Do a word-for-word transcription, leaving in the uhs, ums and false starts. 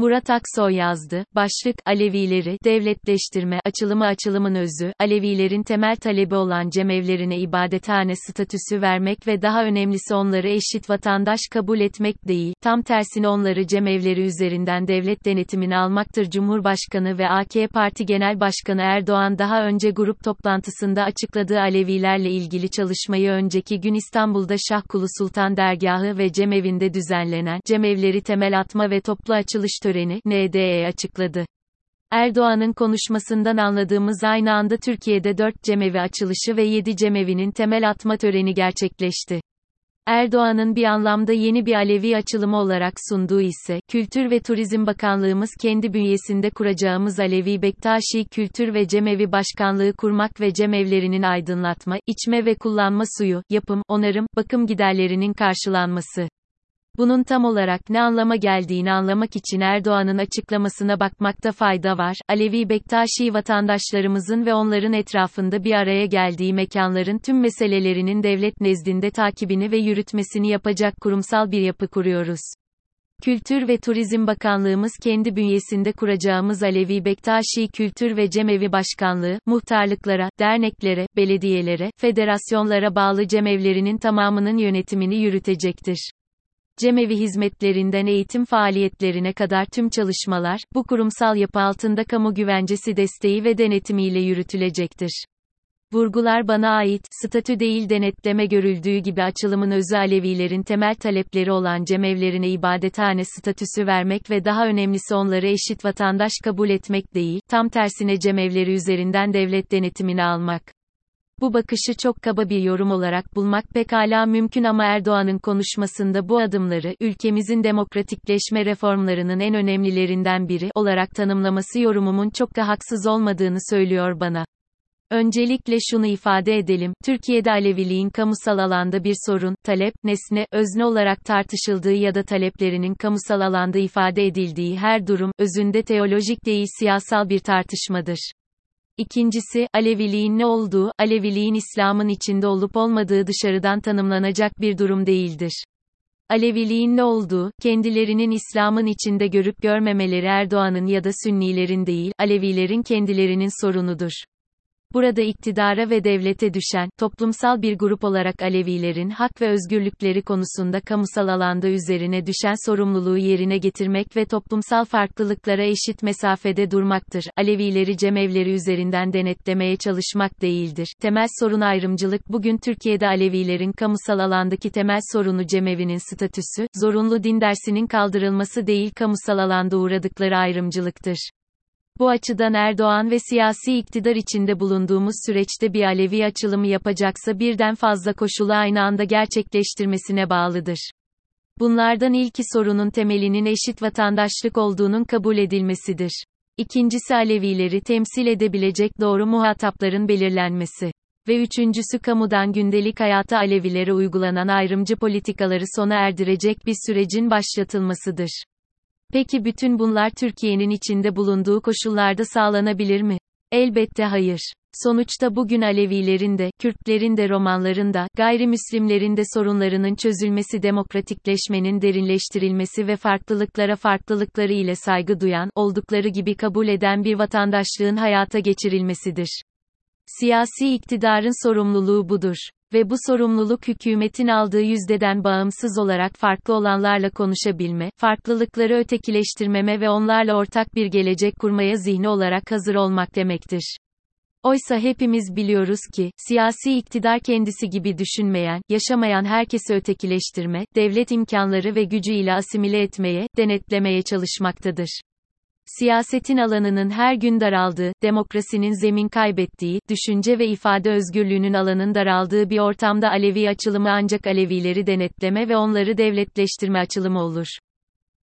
Murat Aksoy yazdı. Başlık, Alevileri devletleştirme, açılımı açılımın özü, Alevilerin temel talebi olan cemevlerine ibadethane statüsü vermek ve daha önemlisi onları eşit vatandaş kabul etmek değil, tam tersine onları cemevleri üzerinden devlet denetimine almaktır. Cumhurbaşkanı ve A K Parti Genel Başkanı Erdoğan daha önce grup toplantısında açıkladığı Alevilerle ilgili çalışmayı önceki gün İstanbul'da Şahkulu Sultan Dergahı ve Cemevinde düzenlenen Cemevleri Temel Atma ve Toplu Açılış Töreni N D E açıkladı. Erdoğan'ın konuşmasından anladığımız aynı anda Türkiye'de dört cemevi açılışı ve yedi cemevinin temel atma töreni gerçekleşti. Erdoğan'ın bir anlamda yeni bir Alevi açılımı olarak sunduğu ise, Kültür ve Turizm Bakanlığımız kendi bünyesinde kuracağımız Alevi Bektaşi Kültür ve Cemevi Başkanlığı kurmak ve cemevlerinin aydınlatma, içme ve kullanma suyu, yapım, onarım, bakım giderlerinin karşılanması. Bunun tam olarak ne anlama geldiğini anlamak için Erdoğan'ın açıklamasına bakmakta fayda var. Alevi Bektaşi vatandaşlarımızın ve onların etrafında bir araya geldiği mekanların tüm meselelerinin devlet nezdinde takibini ve yürütmesini yapacak kurumsal bir yapı kuruyoruz. Kültür ve Turizm Bakanlığımız kendi bünyesinde kuracağımız Alevi Bektaşi Kültür ve Cemevi Başkanlığı, muhtarlıklara, derneklere, belediyelere, federasyonlara bağlı cemevlerinin tamamının yönetimini yürütecektir. Cemevi hizmetlerinden eğitim faaliyetlerine kadar tüm çalışmalar, bu kurumsal yapı altında kamu güvencesi desteği ve denetimiyle yürütülecektir. Vurgular bana ait, statü değil denetleme görüldüğü gibi açılımın özü Alevilerin temel talepleri olan cemevlerine ibadethane statüsü vermek ve daha önemlisi onları eşit vatandaş kabul etmek değil, tam tersine cemevleri üzerinden devlet denetimini almak. Bu bakışı çok kaba bir yorum olarak bulmak pekala mümkün ama Erdoğan'ın konuşmasında bu adımları, ülkemizin demokratikleşme reformlarının en önemlilerinden biri olarak tanımlaması yorumumun çok da haksız olmadığını söylüyor bana. Öncelikle şunu ifade edelim, Türkiye'de Aleviliğin kamusal alanda bir sorun, talep, nesne, özne olarak tartışıldığı ya da taleplerinin kamusal alanda ifade edildiği her durum, özünde teolojik değil siyasal bir tartışmadır. İkincisi, Aleviliğin ne olduğu, Aleviliğin İslam'ın içinde olup olmadığı dışarıdan tanımlanacak bir durum değildir. Aleviliğin ne olduğu, kendilerinin İslam'ın içinde görüp görmemeleri Erdoğan'ın ya da Sünnilerin değil, Alevilerin kendilerinin sorunudur. Burada iktidara ve devlete düşen, toplumsal bir grup olarak Alevilerin hak ve özgürlükleri konusunda kamusal alanda üzerine düşen sorumluluğu yerine getirmek ve toplumsal farklılıklara eşit mesafede durmaktır. Alevileri cemevleri üzerinden denetlemeye çalışmak değildir. Temel sorun ayrımcılık. Bugün Türkiye'de Alevilerin kamusal alandaki temel sorunu cemevinin statüsü, zorunlu din dersinin kaldırılması değil kamusal alanda uğradıkları ayrımcılıktır. Bu açıdan Erdoğan ve siyasi iktidar içinde bulunduğumuz süreçte bir Alevi açılımı yapacaksa birden fazla koşulu aynı anda gerçekleştirmesine bağlıdır. Bunlardan ilki sorunun temelinin eşit vatandaşlık olduğunun kabul edilmesidir. İkincisi Alevileri temsil edebilecek doğru muhatapların belirlenmesi. Ve üçüncüsü kamudan gündelik hayata Alevilere uygulanan ayrımcı politikaları sona erdirecek bir sürecin başlatılmasıdır. Peki bütün bunlar Türkiye'nin içinde bulunduğu koşullarda sağlanabilir mi? Elbette hayır. Sonuçta bugün Alevilerin de, Kürtlerin de Romanların da, gayrimüslimlerin de sorunlarının çözülmesi demokratikleşmenin derinleştirilmesi ve farklılıklara farklılıkları ile saygı duyan, oldukları gibi kabul eden bir vatandaşlığın hayata geçirilmesidir. Siyasi iktidarın sorumluluğu budur. Ve bu sorumluluk hükümetin aldığı yüzdeden bağımsız olarak farklı olanlarla konuşabilme, farklılıkları ötekileştirmeme ve onlarla ortak bir gelecek kurmaya zihni olarak hazır olmak demektir. Oysa hepimiz biliyoruz ki, siyasi iktidar kendisi gibi düşünmeyen, yaşamayan herkesi ötekileştirme, devlet imkanları ve gücü ile asimile etmeye, denetlemeye çalışmaktadır. Siyasetin alanının her gün daraldığı, demokrasinin zemin kaybettiği, düşünce ve ifade özgürlüğünün alanın daraldığı bir ortamda Alevi açılımı ancak Alevileri denetleme ve onları devletleştirme açılımı olur.